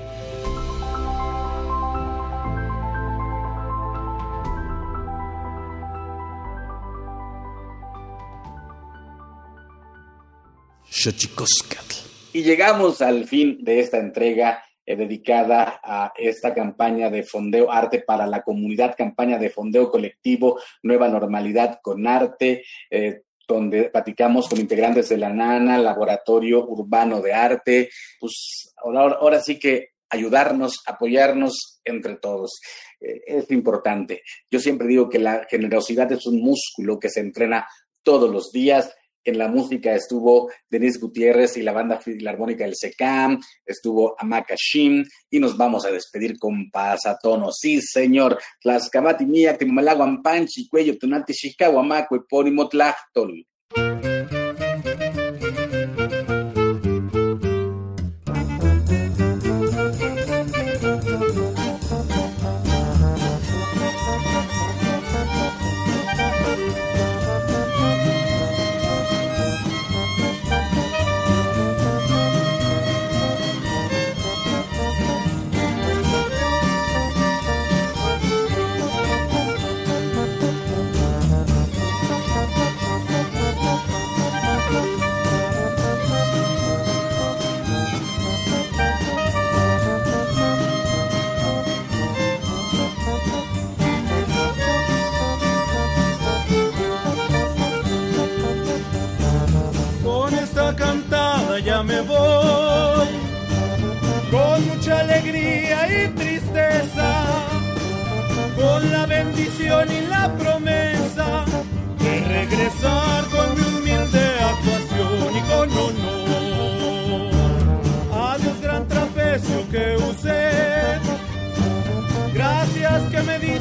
Xochicosca. Y llegamos al fin de esta entrega eh, dedicada a esta campaña de fondeo Arte para la Comunidad, campaña de fondeo colectivo Nueva Normalidad Conarte, eh, donde platicamos con integrantes de la NANA, Laboratorio Urbano de Arte. Pues ahora, ahora sí que ayudarnos, apoyarnos entre todos. Eh, es importante. Yo siempre digo que la generosidad es un músculo que se entrena todos los días. En la música estuvo Denise Gutiérrez y la banda filarmónica del SECAM, estuvo Amaka Shim, y nos vamos a despedir con Pasatono. Sí, señor. Tlaxcamati mía, Timalaguan Panchi, Cuello, Tunati, Chicahuamaco, Epónimo Tlachtol.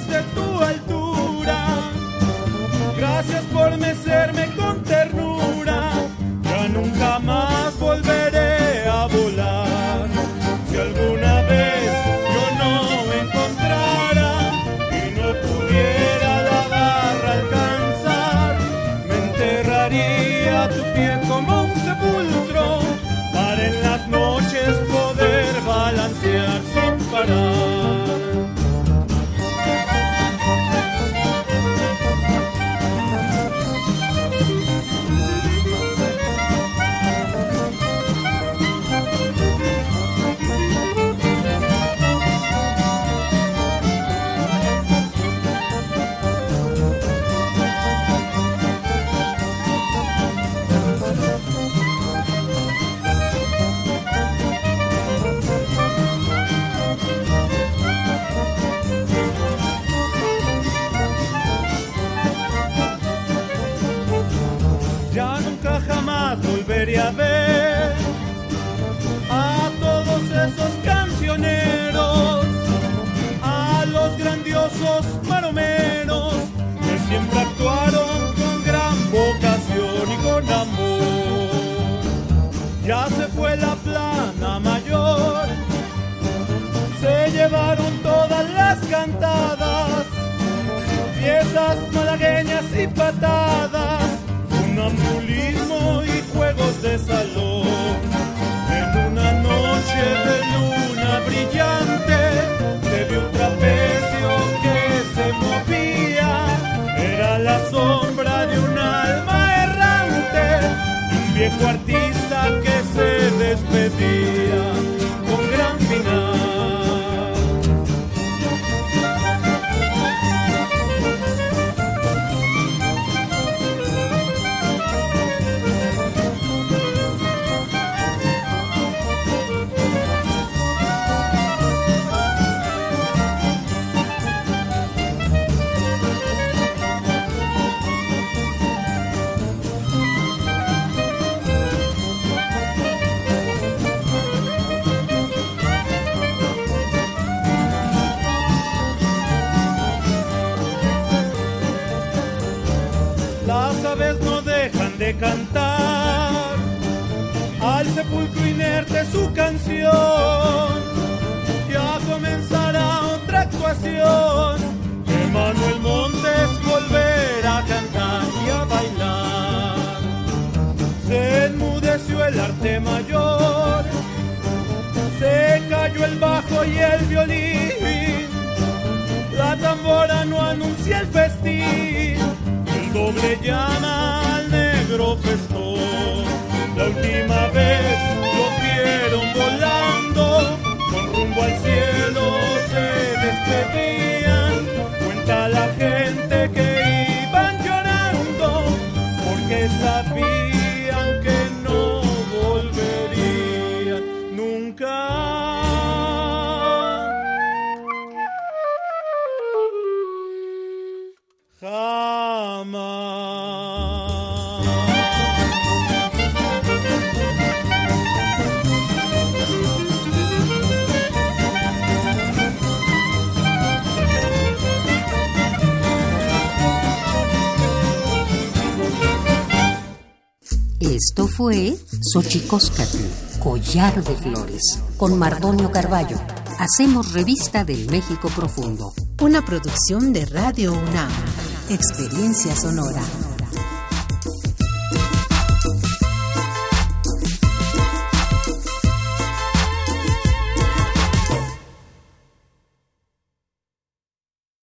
desde tu altura. Gracias por mecerme con ternura. Ya nunca más volveré a volar. Si alguna vez yo no me encontrara y no pudiera la barra alcanzar, me enterraría a tu pie como un sepulcro para en las noches poder balancear sin parar. Ya nunca jamás volveré a ver a todos esos cancioneros, a los grandiosos maromeros que siempre actuaron con gran vocación y con amor. Ya se fue la plana mayor, se llevaron todas las cantadas, piezas malagueñas y patadas, sonambulismo y juegos de salón. En una noche de luna brillante se vio un trapecio que se movía. Era la sombra de un alma errante, un viejo artista que se despedía con gran final. Las aves no dejan de cantar, al sepulcro inerte su canción. Ya comenzará otra actuación, Manuel Montes volverá a cantar y a bailar. Se enmudeció el arte mayor, se cayó el bajo y el violín, la tambora no anuncia el festín, el doble llama al negro festón. La última vez los vieron volando, con rumbo al cielo se despedían. Cuenta la gente que iban llorando, porque sabían que no volverían nunca. Esto fue Xochicóscatl, Collar de Flores, con Mardonio Carballo. Hacemos revista del México profundo. Una producción de Radio UNAM. Experiencia sonora.